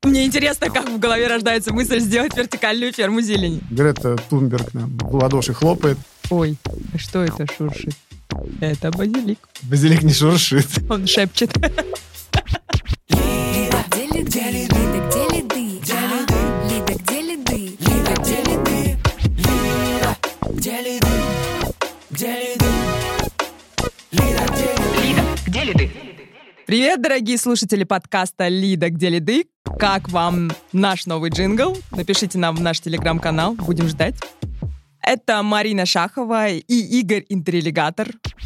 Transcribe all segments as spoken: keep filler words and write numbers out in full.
Мне интересно, как в голове рождается мысль сделать вертикальную ферму зелени. Грета Тунберг нам в ладоши хлопает. Ой, а что это шуршит? Это базилик. Базилик не шуршит. Он шепчет. Привет, дорогие слушатели подкаста «Лида, где лиды». Как вам наш новый джингл? Напишите нам в наш телеграм-канал, будем ждать. Это Марина Шахова и Игорь Интрилигатор.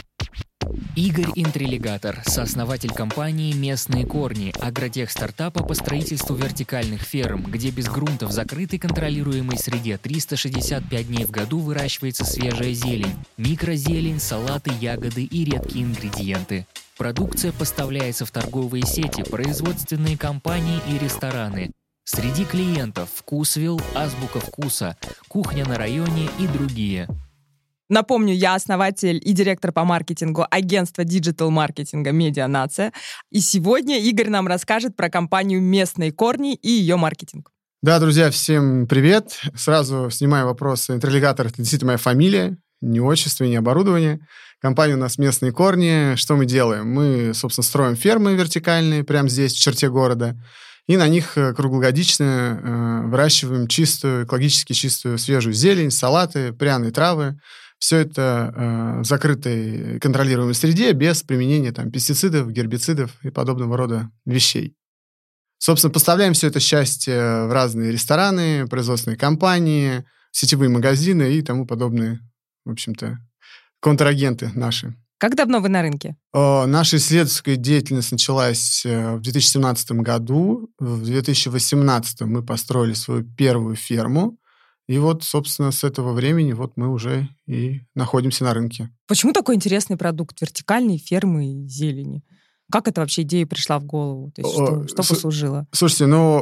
Игорь Интрилигатор, сооснователь компании «Местные корни», агротех-стартапа по строительству вертикальных ферм, где без грунта в закрытой контролируемой среде триста шестьдесят пять дней в году выращивается свежая зелень, микрозелень, салаты, ягоды и редкие ингредиенты. Продукция поставляется в торговые сети, производственные компании и рестораны. Среди клиентов «Вкусвилл», «Азбука вкуса», «Кухня на районе» и другие. Напомню, я основатель и директор по маркетингу агентства диджитал-маркетинга «Медиа Нация». И сегодня Игорь нам расскажет про компанию «Местные корни» и ее маркетинг. Да, друзья, всем привет. Сразу снимаю вопрос. Интрилигатор — это действительно моя фамилия, не отчество, не оборудование. Компания у нас «Местные корни». Что мы делаем? Мы, собственно, строим фермы вертикальные прямо здесь, в черте города, и на них круглогодично э, выращиваем чистую, экологически чистую свежую зелень, салаты, пряные травы. Все это э, в закрытой контролируемой среде без применения там, пестицидов, гербицидов и подобного рода вещей. Собственно, поставляем все это счастье в разные рестораны, производственные компании, сетевые магазины и тому подобные, в общем-то, контрагенты наши. Как давно вы на рынке? Э, наша исследовательская деятельность началась в две тысячи семнадцатом году. В две тысячи восемнадцатом мы построили свою первую ферму. И вот, собственно, с этого времени вот мы уже и находимся на рынке. Почему такой интересный продукт вертикальной фермы зелени? Как эта вообще идея пришла в голову? То есть что, что послужило? Слушайте, ну,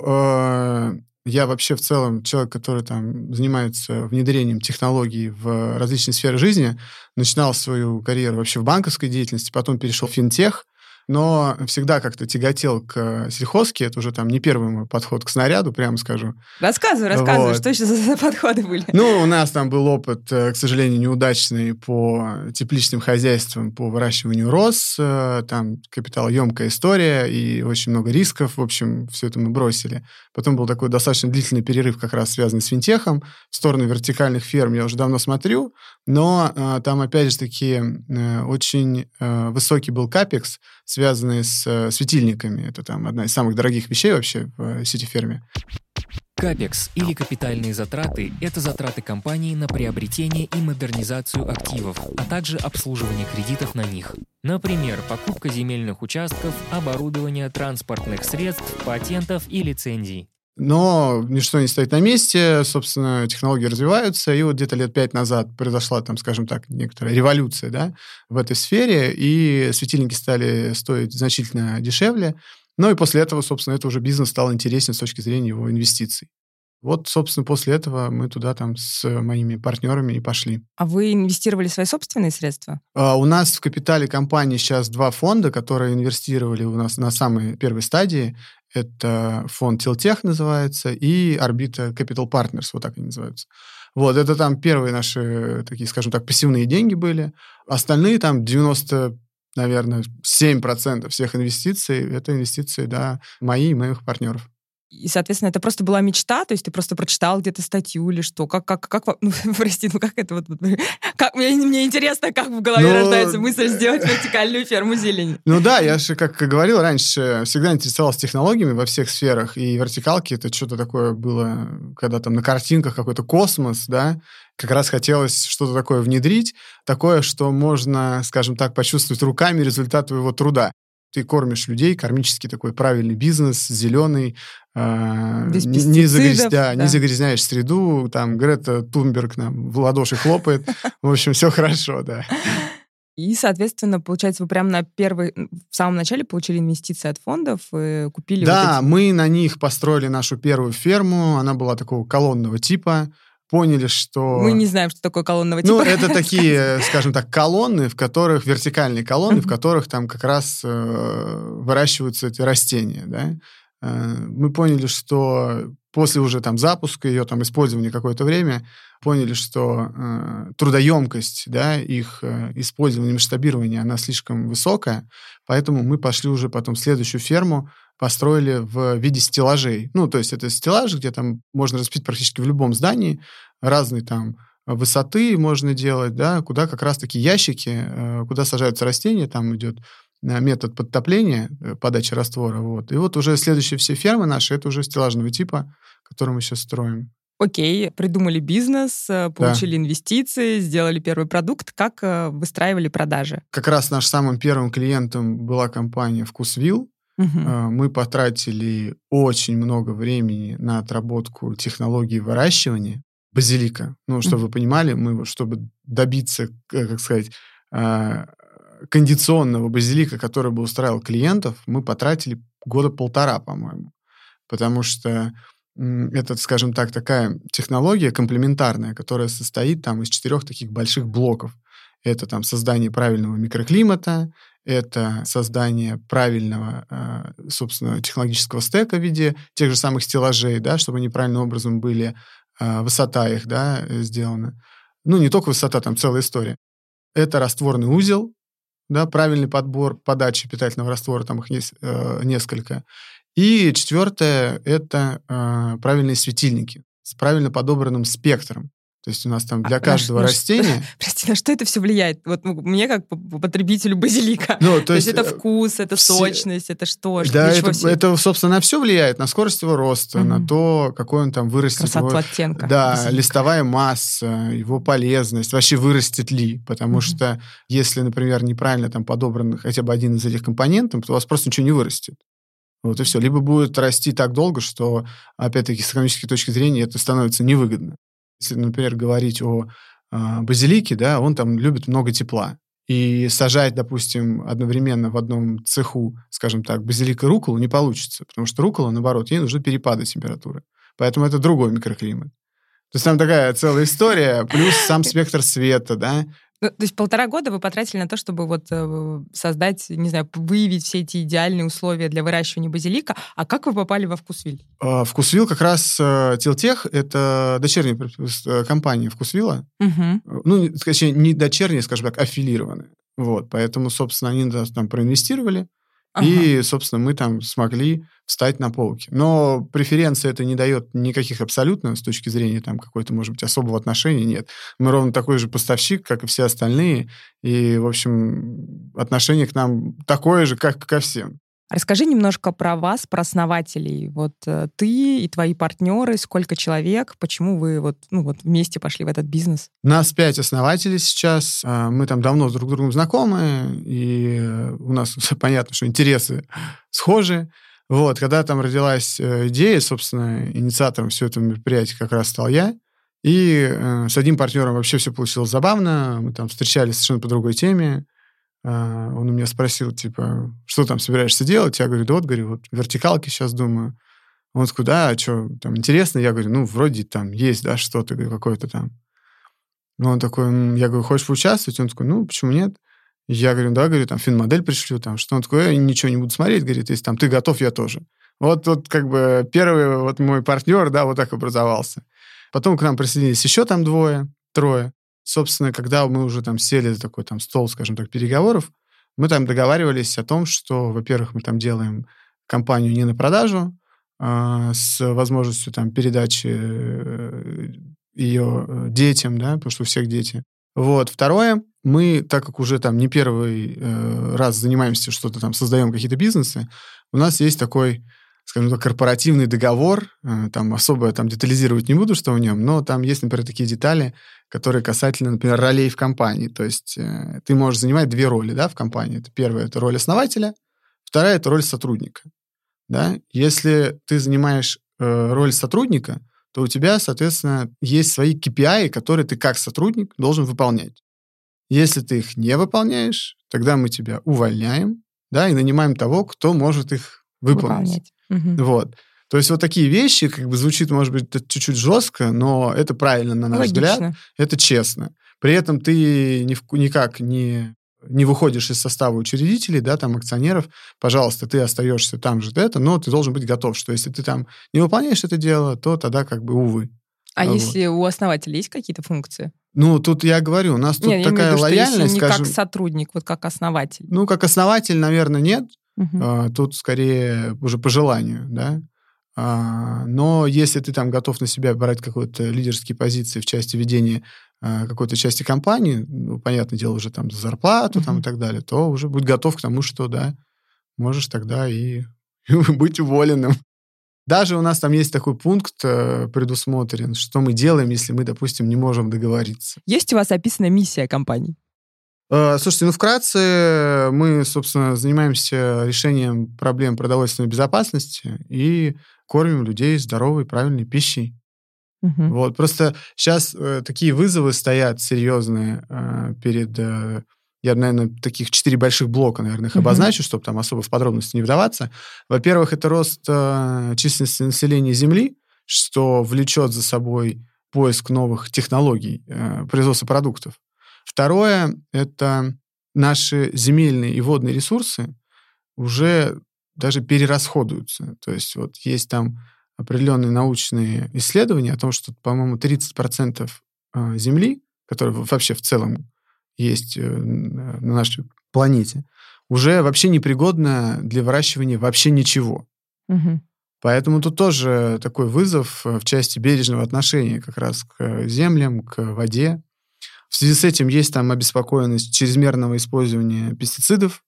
э, я вообще в целом человек, который там занимается внедрением технологий в различные сферы жизни, начинал свою карьеру вообще в банковской деятельности, потом перешел в финтех, но всегда как-то тяготел к сельхозке. Это уже там не первый мой подход к снаряду, прямо скажу. Рассказывай, рассказывай, вот. Что еще за подходы были? Ну, у нас там был опыт, к сожалению, неудачный по тепличным хозяйствам, по выращиванию роз. Там капиталоемкая история и очень много рисков. В общем, все это мы бросили. Потом был такой достаточно длительный перерыв, как раз связанный с финтехом. В сторону вертикальных ферм я уже давно смотрю, но там, опять же таки, очень высокий был капекс, связанные с э, светильниками. Это там одна из самых дорогих вещей вообще в э, сити-ферме. Капекс или капитальные затраты – это затраты компании на приобретение и модернизацию активов, а также обслуживание кредитов на них. Например, покупка земельных участков, оборудования, транспортных средств, патентов и лицензий. Но ничто не стоит на месте, собственно, технологии развиваются, и вот где-то лет пять назад произошла, там, скажем так, некоторая революция, да, в этой сфере, и светильники стали стоить значительно дешевле, ну и после этого, собственно, это уже бизнес стал интересен с точки зрения его инвестиций. Вот, собственно, после этого мы туда там с моими партнерами и пошли. А вы инвестировали свои собственные средства? А, у нас в капитале компании сейчас два фонда, которые инвестировали у нас на самой первой стадии. Это фонд Тилтех называется и Орбита Capital Partners, вот так они называются. Вот, это там первые наши, такие, скажем так, пассивные деньги были. Остальные там девяносто, наверное, семь процентов всех инвестиций, это инвестиции, да, мои и моих партнеров. И, соответственно, это просто была мечта, то есть ты просто прочитал где-то статью или что? Как, как, как, ну, прости, ну как это вот... Как, мне, мне интересно, как в голове ну, рождается мысль сделать вертикальную ферму зелени. Ну да, я же, как говорил раньше, всегда интересовался технологиями во всех сферах, и вертикалки — это что-то такое было, когда там на картинках какой-то космос, да, как раз хотелось что-то такое внедрить, такое, что можно, скажем так, почувствовать руками результат твоего труда. Ты кормишь людей, кармический такой правильный бизнес, зеленый, э, не, загряз, да, да. не загрязняешь среду, там Грета Тунберг нам в ладоши хлопает, в общем, все хорошо, да. И, соответственно, получается, вы прямо на первой, в самом начале получили инвестиции от фондов, и купили... Да, вот эти... мы на них построили нашу первую ферму, она была такого колонного типа, поняли, что... Мы не знаем, что такое колонного типа. Ну, это такие, скажем так, колонны, в которых, вертикальные колонны, в которых там как раз э, выращиваются эти растения, да. мы поняли, что после уже там запуска ее, там использования какое-то время, поняли, что э, трудоемкость, да, их э, использования, масштабирования, она слишком высокая, поэтому мы пошли уже потом следующую ферму, построили в виде стеллажей. Ну, то есть это стеллаж, где там можно распить практически в любом здании, разные там высоты можно делать, да, куда как раз-таки ящики, э, куда сажаются растения, там идет метод подтопления, подачи раствора. Вот. И вот уже следующие все фермы наши, это уже стеллажного типа, который мы сейчас строим. Окей, придумали бизнес, получили да. инвестиции, сделали первый продукт. Как выстраивали продажи? Как раз нашим самым первым клиентом была компания «Вкусвилл». Угу. Мы потратили очень много времени на отработку технологии выращивания базилика. Ну, чтобы угу. вы понимали, мы, чтобы добиться, как сказать, кондиционного базилика, который бы устраивал клиентов, мы потратили года полтора, по-моему. Потому что это, скажем так, такая технология комплементарная, которая состоит там из четырех таких больших блоков. Это там создание правильного микроклимата, это создание правильного, собственно, технологического стека в виде тех же самых стеллажей, да, чтобы они правильным образом были, высота их, да, сделана. Ну, не только высота, там целая история. Это растворный узел, да, правильный подбор подачи питательного раствора, там их есть э, несколько. И четвертое – это э, правильные светильники с правильно подобранным спектром. То есть у нас там для а, каждого на растения... Что, прости, на что это все влияет? Вот мне, как потребителю базилика. Ну, то, то есть, есть это вкус, это все... сочность, это что? Да, это, все... это, собственно, на все влияет. На скорость его роста, угу. на то, какой он там вырастет. Красоту его... оттенка. Да, базилика. Листовая масса, его полезность, вообще вырастет ли. Потому угу. что если, например, неправильно там подобран хотя бы один из этих компонентов, то у вас просто ничего не вырастет. Вот и все. Либо будет расти так долго, что, опять-таки, с экономической точки зрения это становится невыгодно. Если, например, говорить о э, базилике, да, он там любит много тепла. И сажать, допустим, одновременно в одном цеху, скажем так, базилик и рукколу не получится, потому что руккола, наоборот, ей нужны перепады температуры. Поэтому это другой микроклимат. То есть там такая целая история, плюс сам спектр света, да. Ну, то есть полтора года вы потратили на то, чтобы вот создать, не знаю, выявить все эти идеальные условия для выращивания базилика. А как вы попали во Вкусвилл? Вкусвилл как раз Тилтех, это дочерняя компания Вкусвилла. Угу. Ну, точнее, не дочерняя, скажем так, аффилированная. Вот, поэтому, собственно, они там проинвестировали. Ага. И, собственно, мы там смогли встать на полки. Но преференция это не дает никаких абсолютно с точки зрения там какой-то, может быть, особого отношения. Нет. Мы ровно такой же поставщик, как и все остальные. И, в общем, отношение к нам такое же, как ко всем. Расскажи немножко про вас, про основателей. Вот ты и твои партнеры, сколько человек, почему вы вот, ну, вот вместе пошли в этот бизнес? Нас пять основателей сейчас. Мы там давно друг с другом знакомы, и у нас понятно, что интересы схожи. Вот, когда там родилась идея, собственно, инициатором всего этого мероприятия как раз стал я. И э, с одним партнером вообще все получилось забавно. Мы там встречались совершенно по другой теме. Он у меня спросил, типа, что там собираешься делать? Я говорю, да вот, говорю, вот вертикалки сейчас думаю. Он такой, да, а что, там интересно? Я говорю, ну, вроде там есть, да, что-то какое-то там. Ну, он такой, я говорю, хочешь поучаствовать? Он такой, ну, почему нет? Я говорю, да, говорю, там, финмодель пришлю, там, что он такой, я ничего не буду смотреть, говорит, если там ты готов, я тоже. Вот, вот как бы первый вот мой партнер, да, вот так образовался. Потом к нам присоединились еще там двое, трое. Собственно, когда мы уже там сели за такой там стол, скажем так, переговоров, мы там договаривались о том, что, во-первых, мы там делаем компанию не на продажу, а с возможностью там передачи ее детям, да, потому что у всех дети. Вот. Второе, мы, так как уже там не первый э, раз занимаемся что-то там, создаем какие-то бизнесы, у нас есть такой, скажем так, корпоративный договор, э, там особо там детализировать не буду, что в нем, но там есть, например, такие детали, которые касательно, например, ролей в компании. То есть э, ты можешь занимать две роли, да, в компании. Это первая – это роль основателя, вторая – это роль сотрудника. Да? Если ты занимаешь э, роль сотрудника, то у тебя, соответственно, есть свои кей пи ай, которые ты как сотрудник должен выполнять. Если ты их не выполняешь, тогда мы тебя увольняем, да, и нанимаем того, кто может их выполнить. Выполнять. Угу. Вот. То есть вот такие вещи, как бы звучит, может быть, чуть-чуть жестко, но это правильно, на наш Логично. взгляд, это честно. При этом ты ни в, никак не не выходишь из состава учредителей, да, там, акционеров, пожалуйста, ты остаешься там же, это, но ты должен быть готов, что если ты там не выполняешь это дело, то тогда как бы увы. А вот. Если у основателя есть какие-то функции? Ну, тут я говорю, у нас тут нет, такая я имею в виду, лояльность, что если не скажем... как сотрудник, вот как основатель. Ну, как основатель, наверное, нет. Угу. А, тут скорее уже по желанию, да. А, но если ты там готов на себя брать какие-то лидерские позиции в части ведения а, какой-то части компании, ну, понятное дело, уже там за зарплату uh-huh. там, и так далее, то уже будь готов к тому, что, да, можешь тогда и быть уволенным. Даже у нас там есть такой пункт э, предусмотрен, что мы делаем, если мы, допустим, не можем договориться. Есть у вас описана миссия компании? Э, слушайте, ну, вкратце мы, собственно, занимаемся решением проблем продовольственной безопасности и кормим людей здоровой, правильной пищей. Uh-huh. Вот, просто сейчас э, такие вызовы стоят серьезные э, перед... Э, я, наверное, таких четыре больших блока, наверное, их uh-huh. обозначу, чтобы там особо в подробности не вдаваться. Во-первых, это рост э, численности населения Земли, что влечет за собой поиск новых технологий э, производства продуктов. Второе — это наши земельные и водные ресурсы уже даже перерасходуются. То есть вот есть там определенные научные исследования о том, что, по-моему, тридцать процентов э, Земли, которая вообще в целом есть на нашей планете, уже вообще непригодна для выращивания вообще ничего. Угу. Поэтому тут тоже такой вызов в части бережного отношения как раз к землям, к воде. В связи с этим есть там обеспокоенность чрезмерного использования пестицидов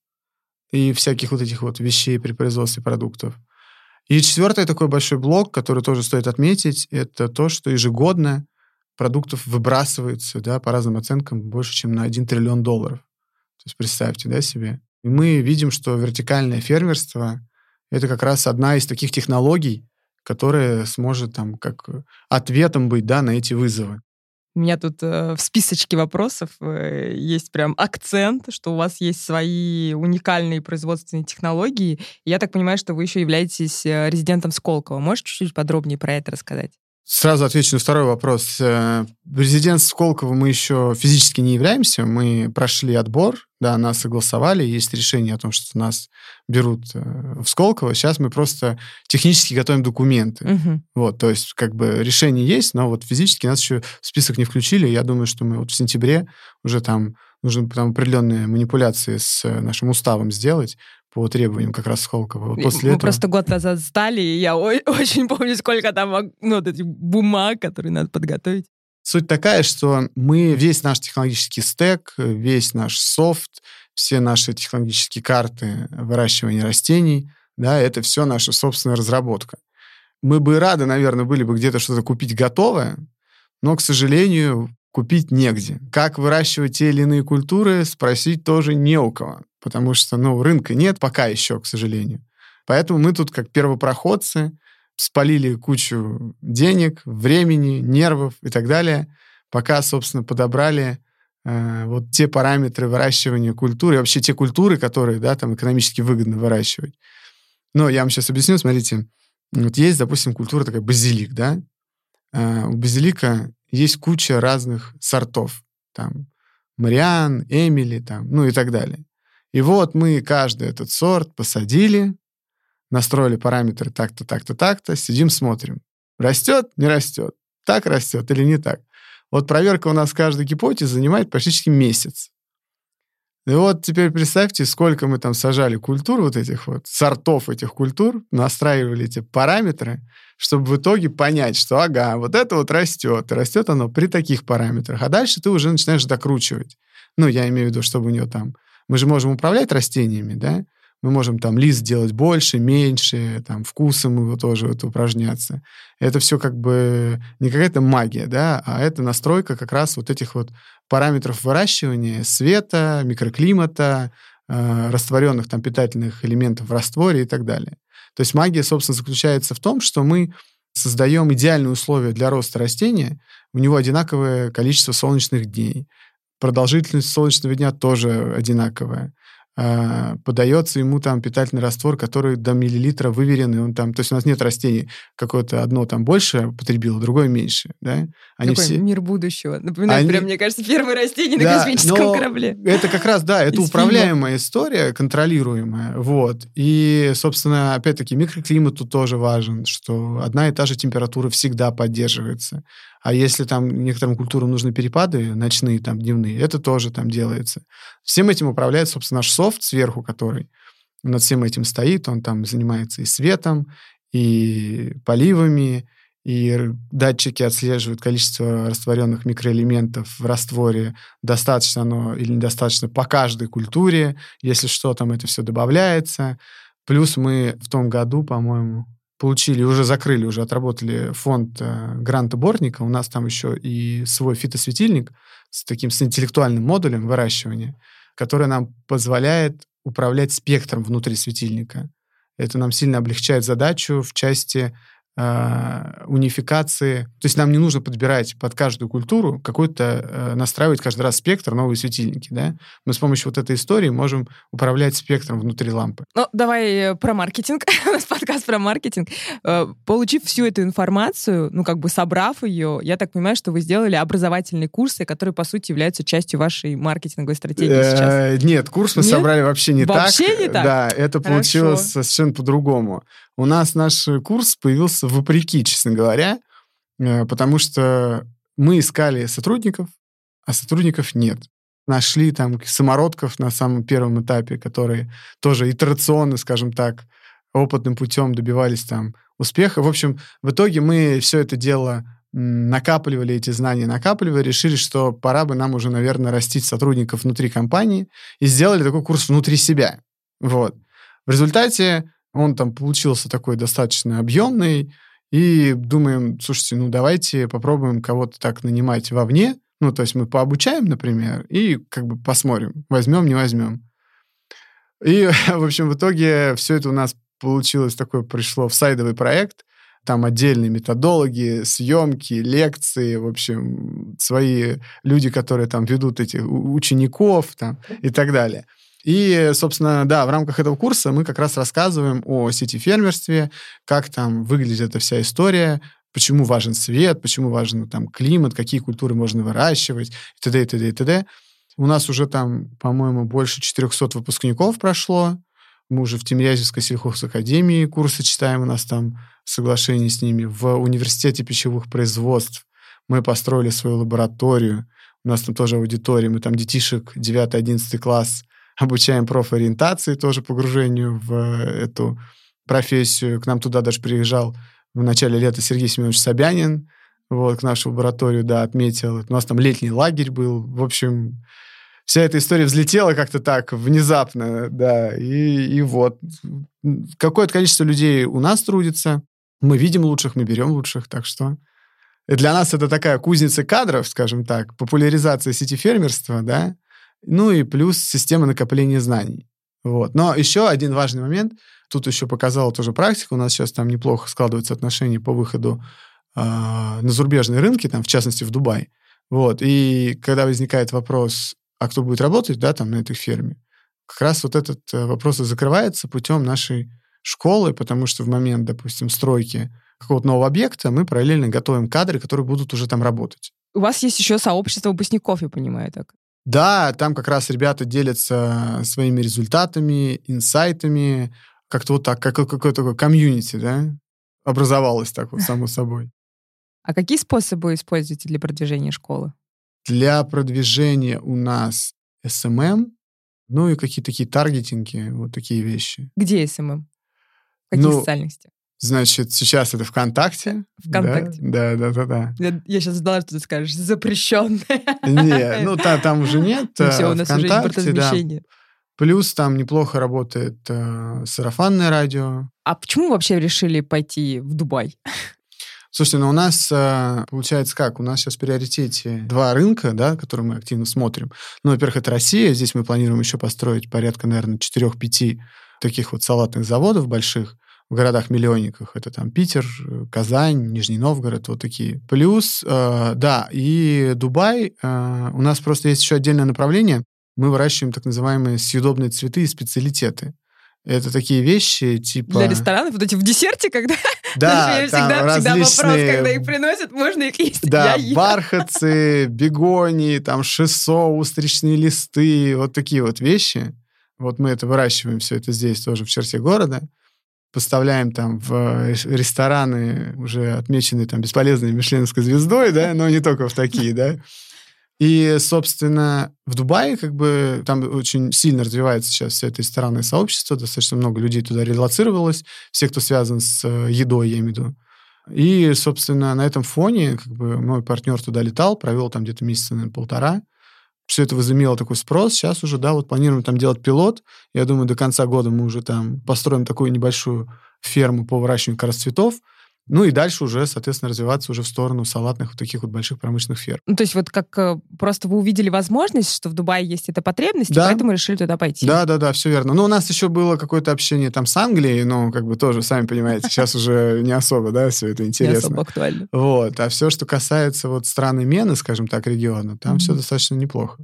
и всяких вот этих вот вещей при производстве продуктов. И четвертый такой большой блок, который тоже стоит отметить, это то, что ежегодно продуктов выбрасывается, да, по разным оценкам, больше, чем на один триллион долларов. То есть представьте, да, себе. И мы видим, что вертикальное фермерство — это как раз одна из таких технологий, которая сможет там как ответом быть, да, на эти вызовы. У меня тут э, в списочке вопросов э, есть прям акцент, что у вас есть свои уникальные производственные технологии. И я так понимаю, что вы еще являетесь резидентом Сколково. Можешь чуть-чуть подробнее про это рассказать? Сразу отвечу на второй вопрос. Резидент Сколково мы еще физически не являемся. Мы прошли отбор, да, нас согласовали. Есть решение о том, что нас берут в Сколково. Сейчас мы просто технически готовим документы. Угу. Вот, то есть как бы решение есть, но вот физически нас еще в список не включили. Я думаю, что мы вот в сентябре уже там нужно там определенные манипуляции с нашим уставом сделать по требованиям как раз Сколково. Вот после Мы этого... просто год назад стали, и я очень помню, сколько там ну, вот этих бумаг, которые надо подготовить. Суть такая, что мы весь наш технологический стек, весь наш софт, все наши технологические карты выращивания растений, да, это все наша собственная разработка. Мы бы рады, наверное, были бы где-то что-то купить готовое, но, к сожалению, купить негде. Как выращивать те или иные культуры, спросить тоже не у кого, потому что, ну, рынка нет пока еще, к сожалению. Поэтому мы тут, как первопроходцы, спалили кучу денег, времени, нервов и так далее, пока, собственно, подобрали э, вот те параметры выращивания культуры, и вообще те культуры, которые, да, там экономически выгодно выращивать. Но я вам сейчас объясню, смотрите, вот есть, допустим, культура такая базилик, да, э, у базилика есть куча разных сортов, там, Мариан, Эмили, там, ну и так далее. И вот мы каждый этот сорт посадили, настроили параметры так-то, так-то, так-то, сидим, смотрим. Растет, не растет, так растет или не так. Вот проверка у нас каждой гипотезы занимает практически месяц. И вот теперь представьте, сколько мы там сажали культур, вот этих вот, сортов этих культур, настраивали эти параметры, чтобы в итоге понять, что ага, вот это вот растет, и растет оно при таких параметрах. А дальше ты уже начинаешь докручивать. Ну, я имею в виду, чтобы у нее там... Мы же можем управлять растениями, да? Мы можем там лист делать больше, меньше, там вкусом его тоже вот, упражняться. Это все как бы не какая-то магия, да, а это настройка как раз вот этих вот параметров выращивания, света, микроклимата, э, растворенных там питательных элементов в растворе и так далее. То есть магия, собственно, заключается в том, что мы создаем идеальные условия для роста растения, у него одинаковое количество солнечных дней, продолжительность солнечного дня тоже одинаковая. э, подается ему там питательный раствор, который до миллилитра выверенный. Он там, то есть у нас нет растений, какое-то одно там больше потребило, другое меньше. Да? Они Такой все... мир будущего. Напоминает Они... прям, мне кажется, первые растения да, на космическом корабле. Это как раз, да, это Из управляемая история, контролируемая. Вот. И, собственно, опять-таки, микроклимат тут тоже важен, что одна и та же температура всегда поддерживается. А если там некоторым культурам нужны перепады ночные, там, дневные, это тоже там делается. Всем этим управляет, собственно, наш софт сверху, который над всем этим стоит. Он там занимается и светом, и поливами, и датчики отслеживают количество растворенных микроэлементов в растворе, достаточно оно или недостаточно по каждой культуре. Если что, там это все добавляется. Плюс мы в том году, по-моему, получили, уже закрыли, уже отработали фонд э, гранта Бортника. У нас там еще и свой фитосветильник с таким с интеллектуальным модулем выращивания, который нам позволяет управлять спектром внутри светильника. Это нам сильно облегчает задачу в части э, унификации. То есть нам не нужно подбирать под каждую культуру какой-то, э, настраивать каждый раз спектр, новые светильники. Да? Мы с помощью вот этой истории можем управлять спектром внутри лампы. Ну, давай про маркетинг. У нас подкаст про маркетинг. Получив всю эту информацию, ну, как бы собрав ее, я так понимаю, что вы сделали образовательные курсы, которые, по сути, являются частью вашей маркетинговой стратегии сейчас. Нет, курс мы Нет? собрали вообще не так. Вообще не так? Да, это Хорошо. получилось совершенно по-другому. У нас наш курс появился вопреки, честно говоря, потому что мы искали сотрудников, а сотрудников нет. Нашли там самородков на самом первом этапе, которые тоже итерационно, скажем так, опытным путем добивались там успеха. В общем, в итоге мы все это дело накапливали, эти знания накапливали, решили, что пора бы нам уже, наверное, растить сотрудников внутри компании, и сделали такой курс внутри себя. Вот. В результате он там получился такой достаточно объемный, и думаем, слушайте, ну давайте попробуем кого-то так нанимать вовне. Ну, то есть мы пообучаем, например, и как бы посмотрим, возьмем, не возьмем. И, в общем, в итоге все это у нас получилось такое, пришло в сайдовый проект. Там отдельные методологи, съемки, лекции, в общем, свои люди, которые там ведут этих учеников там, и так далее. И, собственно, да, в рамках этого курса мы как раз рассказываем о сетифермерстве, как там выглядит эта вся история, почему важен свет, почему важен там климат, какие культуры можно выращивать, и т.д., и т.д., и т.д. У нас уже там, по-моему, больше четырехсот выпускников прошло. Мы уже в Тимирязевской сельхозакадемии курсы читаем, у нас там соглашение с ними. В университете пищевых производств мы построили свою лабораторию. У нас там тоже аудитория. Мы там детишек девятый-одиннадцатый класс обучаем профориентации, тоже погружению в эту профессию. К нам туда даже приезжал в начале лета Сергей Семенович Собянин, вот, к нашу лабораторию, да, отметил. У нас там летний лагерь был. В общем, вся эта история взлетела как-то так внезапно, да, и, и вот. Какое-то количество людей у нас трудится. Мы видим лучших, мы берем лучших, так что для нас это такая кузница кадров, скажем так, популяризация сетифермерства, да, ну и плюс система накопления знаний. Вот. Но еще один важный момент, тут еще показала тоже практика, у нас сейчас там неплохо складываются отношения по выходу э, на зарубежные рынки, там, в частности, в Дубай. Вот. И когда возникает вопрос, а кто будет работать, да, там, на этой ферме, как раз вот этот вопрос и закрывается путем нашей школы, потому что в момент, допустим, стройки какого-то нового объекта мы параллельно готовим кадры, которые будут уже там работать. У вас есть еще сообщество выпускников, я понимаю, так? Да, там как раз ребята делятся своими результатами, инсайтами, как-то вот так, как какое-то такое комьюнити, да, образовалось так вот само собой. А какие способы используете для продвижения школы? Для продвижения у нас эс эм эм, ну и какие-то такие таргетинги, вот такие вещи. Где эс эм эм? В каких Ну, социальных сетях? Значит, сейчас это ВКонтакте. ВКонтакте. Да, да, да, да. Я, я сейчас ждала, что ты скажешь запрещенное. Не, ну та, там уже нет. Ну, все, у нас уже ВКонтакте, импортозамещение. да. Плюс там неплохо работает э, сарафанное радио. А почему вообще решили пойти в Дубай? Слушайте, ну у нас э, получается как? У нас сейчас в приоритете два рынка, да, которые мы активно смотрим. Ну, во-первых, это Россия. Здесь мы планируем еще построить порядка, наверное, четырех-пяти таких вот салатных заводов больших в городах-миллионниках. Это там Питер, Казань, Нижний Новгород, вот такие. Плюс, э, да, и Дубай. Э, у нас просто есть еще отдельное направление. мы выращиваем так называемые съедобные цветы и специалитеты. Это такие вещи, типа... Для ресторанов, вот эти в десерте, когда... Да, я там всегда, различные... всегда вопрос, когда их приносят, можно их есть? Да, я бархатцы, бегонии, там, шиссо, устричные листы, вот такие вот вещи. Вот мы это выращиваем, все это здесь тоже, в черте города. Поставляем там в рестораны, уже отмеченные там бесполезной мишленовской звездой, да, но не только в такие, да. И, собственно, в Дубае как бы там очень сильно развивается сейчас все это ресторанное сообщество, достаточно много людей туда релоцировалось, все, кто связан с едой, я имею в виду. И, собственно, на этом фоне как бы мой партнер туда летал, провел там где-то месяца, наверное, полтора. Все это возымело такой спрос. Сейчас уже, да, вот планируем там делать пилот. Я думаю, до конца года мы уже там построим такую небольшую ферму по выращиванию как раз цветов. Ну и дальше уже, соответственно, развиваться уже в сторону салатных вот таких вот больших промышленных ферм. Ну, то есть вот как э, просто вы увидели возможность, что в Дубае есть эта потребность, да. и поэтому решили туда пойти. Да, да, да, все верно. Ну, у нас еще было какое-то общение там с Англией, но как бы тоже, сами понимаете, сейчас уже не особо, да, все это интересно. Не особо актуально. Вот. А все, что касается вот страны Мены, скажем так, региона, там все достаточно неплохо.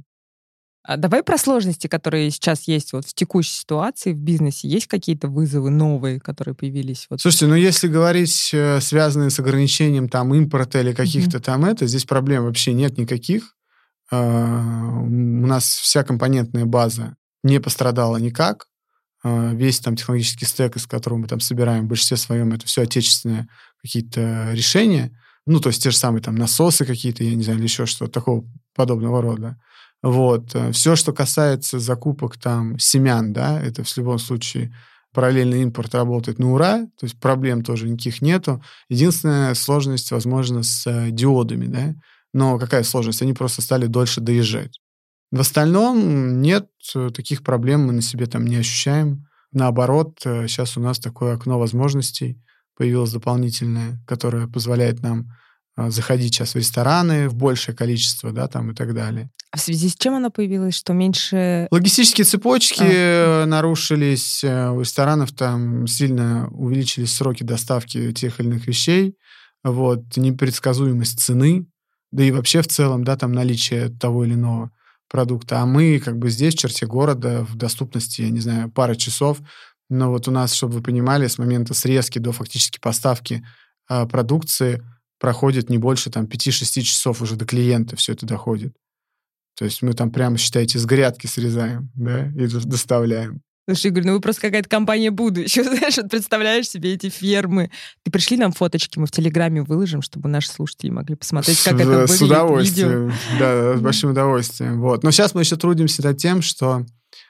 А давай про сложности, которые сейчас есть вот в текущей ситуации в бизнесе. Есть какие-то вызовы новые, которые появились? Вот? Слушайте, ну если говорить, э, связанные с ограничением там импорта или каких-то mm-hmm. там это, здесь проблем вообще нет никаких. Э, у нас вся компонентная база не пострадала никак. Э, весь там технологический стек, из которого мы там собираем, в большинстве своем это все отечественные какие-то решения. Ну, то есть те же самые там насосы какие-то, я не знаю, или еще что-то такого подобного рода. Вот. Все, что касается закупок там семян, да, это в любом случае параллельный импорт работает на ура, то есть проблем тоже никаких нету. Единственная сложность, возможно, с диодами, да, но какая сложность? Они просто стали дольше доезжать. В остальном нет таких проблем, мы на себе там не ощущаем. Наоборот, сейчас у нас такое окно возможностей появилось дополнительное, которое позволяет нам заходить сейчас в рестораны в большее количество, да, там и так далее. А в связи с чем оно появилось, что меньше... Логистические цепочки а. нарушились, у ресторанов там сильно увеличились сроки доставки тех или иных вещей, вот, непредсказуемость цены, да и вообще в целом, да, там наличие того или иного продукта. А мы как бы здесь, в черте города, в доступности, я не знаю, пара часов, но вот у нас, чтобы вы понимали, с момента срезки до фактически поставки а, продукции проходит не больше там пяти-шести часов уже до клиента все это доходит. То есть мы там прямо, считайте, с грядки срезаем, да, и доставляем. Слушай, Игорь, ну вы просто какая-то компания будущего, знаешь, вот представляешь себе эти фермы. Ты пришли нам фоточки, мы в Телеграме выложим, чтобы наши слушатели могли посмотреть, как с, это выглядит. С удовольствием, видео. Да, с большим удовольствием. Вот. Но сейчас мы еще трудимся над тем, что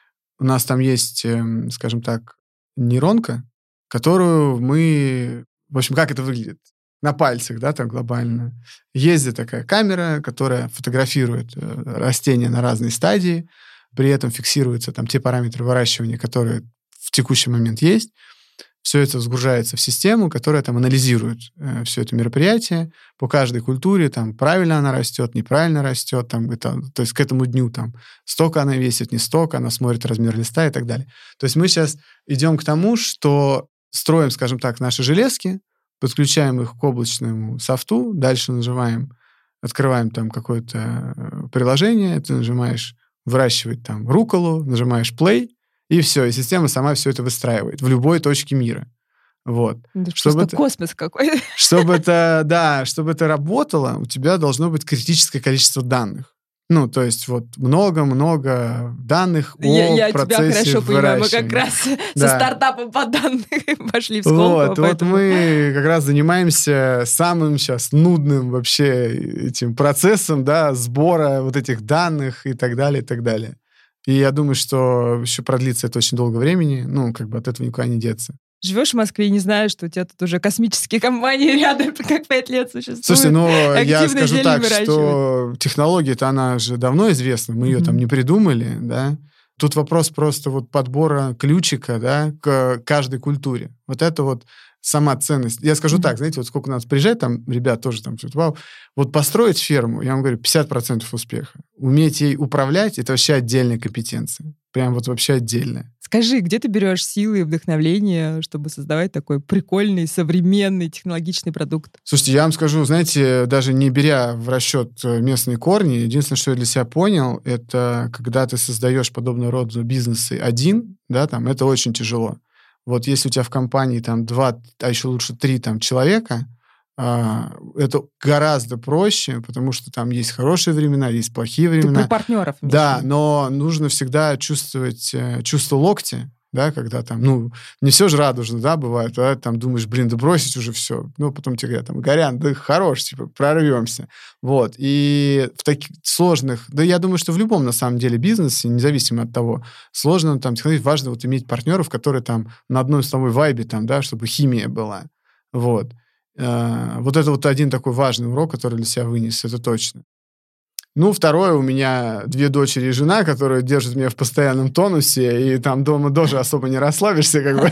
у нас там есть, скажем так, нейронка, которую мы... В общем, как это выглядит? На пальцах, да, там глобально. Ездит такая камера, которая фотографирует растения на разные стадии, при этом фиксируются там те параметры выращивания, которые в текущий момент есть. Все это загружается в систему, которая там анализирует э, все это мероприятие по каждой культуре, там правильно она растет, неправильно растет, там, это, то есть к этому дню там столько она весит, не столько, она смотрит размер листа и так далее. То есть мы сейчас идем к тому, что строим, скажем так, наши железки, подключаем их к облачному софту, дальше нажимаем, открываем там какое-то приложение, ты нажимаешь выращивать там рукколу, нажимаешь play, и все, и система сама все это выстраивает в любой точке мира. Вот. Это чтобы просто это, космос какой-то. Чтобы это, да, чтобы это работало, у тебя должно быть критическое количество данных. Ну, то есть вот много-много данных о я, я процессе тебя хорошо понимаю, мы как раз да. со стартапом по данным пошли в сколково. Вот, поэтому... вот мы как раз занимаемся самым сейчас нудным вообще этим процессом, да, сбора вот этих данных и так далее, и так далее. И я думаю, что еще продлится это очень долго времени, ну, как бы от этого никуда не деться. Живешь в Москве и не знаешь, что у тебя тут уже космические компании рядом, как пять лет существуют. Слушайте, ну, я скажу так, что технология-то, она же давно известна, мы ее mm-hmm. там не придумали, да. Тут вопрос просто вот подбора ключика, да, к каждой культуре. Вот это вот сама ценность. Я скажу mm-hmm. так, знаете, вот сколько у нас приезжает, там, ребят тоже там, вау, вот построить ферму, я вам говорю, пятьдесят процентов успеха. Уметь ей управлять, это вообще отдельная компетенция. Прям вот вообще отдельное. Скажи, где ты берешь силы и вдохновение, чтобы создавать такой прикольный, современный, технологичный продукт? Слушайте, я вам скажу, знаете, даже не беря в расчет местные корни, единственное, что я для себя понял, это когда ты создаешь подобного рода бизнесы один, да, там, это очень тяжело. Вот если у тебя в компании там два, а еще лучше три там человека, это гораздо проще, потому что там есть хорошие времена, есть плохие времена. Ты про партнеров. Да, но нужно всегда чувствовать чувство локтя, да, когда там, ну, не все же радужно, да, бывает, а там думаешь, блин, да бросить уже все. Ну, потом тебе говорят, там, Горян, да хорош, типа, прорвемся. Вот, и в таких сложных, да я думаю, что в любом, на самом деле, бизнесе, независимо от того, сложно там, важно вот иметь партнеров, которые там на одной с тобой вайбе, там, да, чтобы химия была. Вот. Вот это вот один такой важный урок, который для себя вынес, это точно. Ну, второе, у меня две дочери и жена, которые держат меня в постоянном тонусе, и там дома тоже особо не расслабишься, как бы.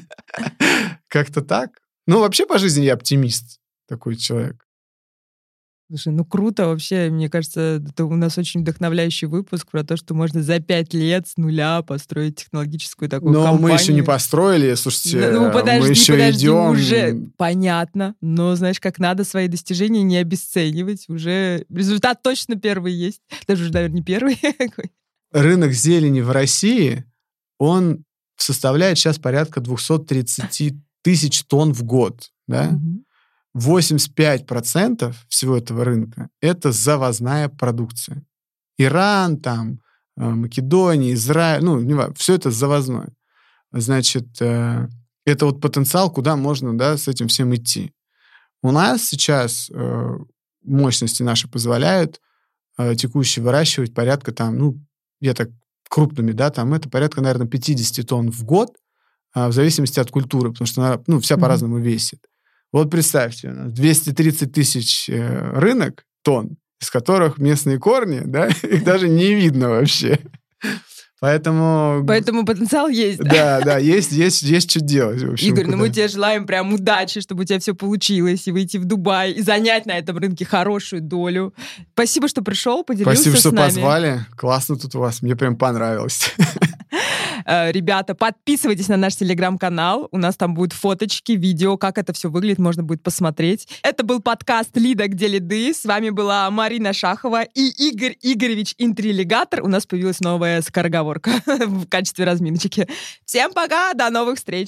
Как-то так. Ну, вообще по жизни я оптимист, такой человек. Слушай, ну круто вообще. Мне кажется, это у нас очень вдохновляющий выпуск про то, что можно за пять лет с нуля построить технологическую такую но компанию. Но мы еще не построили, слушайте, ну, подожди, мы еще подожди, идем. Уже понятно, но знаешь, как надо свои достижения не обесценивать. Уже результат точно первый есть. Даже уже, наверное, не первый. Рынок зелени в России, он составляет сейчас порядка двести тридцать тысяч тонн в год, да? Угу. восемьдесят пять процентов всего этого рынка — это завозная продукция. Иран, там, Македония, Израиль, ну, не важно, все это завозное. Значит, это вот потенциал, куда можно, да, с этим всем идти. У нас сейчас мощности наши позволяют текущие выращивать порядка там, ну, я так крупными, да, там это порядка, наверное, пятьдесят тонн в год, в зависимости от культуры, потому что она, ну, вся mm-hmm. по-разному весит. Вот представьте, двести тридцать тысяч рынок тонн, из которых местные корни, да, их даже не видно вообще. Поэтому... Поэтому потенциал есть. Да, да, есть, есть, есть что делать. В общем, Игорь, куда... ну мы тебе желаем прям удачи, чтобы у тебя все получилось, и выйти в Дубай, и занять на этом рынке хорошую долю. Спасибо, что пришел, поделился Спасибо, с нами. Спасибо, что позвали. Классно тут у вас, мне прям понравилось. Ребята, подписывайтесь на наш телеграм-канал. У нас там будут фоточки, видео, как это все выглядит, можно будет посмотреть. Это был подкаст «Лида, где лиды». С вами была Марина Шахова и Игорь Игоревич Интрилигатор. У нас появилась новая скороговорка в качестве разминочки. Всем пока, до новых встреч!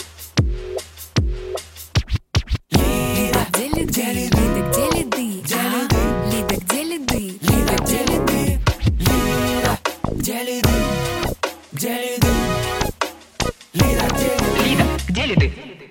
Лида, где лиды? Лида, где лиды? Лида, где лиды? Лида, где лиды? Лида, где лиды? Где лиды? Лида, где лиды? Лида, где лиды?